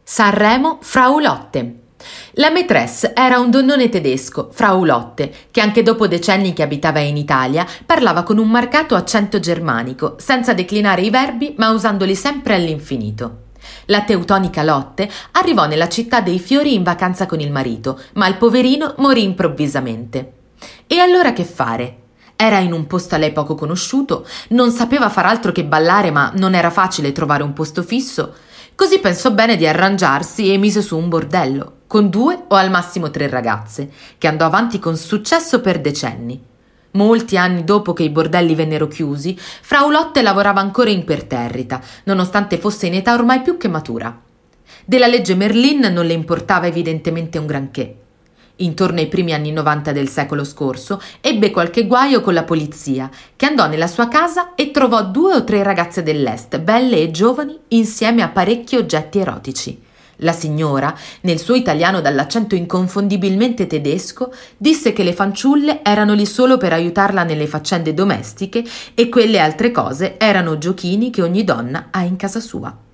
Sanremo, Frau Lotte. La maîtresse era un donnone tedesco, Frau Lotte, che anche dopo decenni che abitava in Italia parlava con un marcato accento germanico, senza declinare i verbi ma usandoli sempre all'infinito. La teutonica Lotte arrivò nella città dei fiori in vacanza con il marito, ma il poverino morì improvvisamente. E allora che fare? Era in un posto a lei poco conosciuto, non sapeva far altro che ballare, ma non era facile trovare un posto fisso. Così pensò bene di arrangiarsi e mise su un bordello, con 2 o al massimo 3 ragazze, che andò avanti con successo per decenni. Molti anni dopo che i bordelli vennero chiusi, Frau Lotte lavorava ancora imperterrita, nonostante fosse in età ormai più che matura. Della legge Merlin non le importava evidentemente un granché. Intorno ai primi anni 90 del secolo scorso ebbe qualche guaio con la polizia, che andò nella sua casa e trovò 2 o 3 ragazze dell'est, belle e giovani, insieme a parecchi oggetti erotici. La signora, nel suo italiano dall'accento inconfondibilmente tedesco, disse che le fanciulle erano lì solo per aiutarla nelle faccende domestiche e quelle altre cose erano giochini che ogni donna ha in casa sua.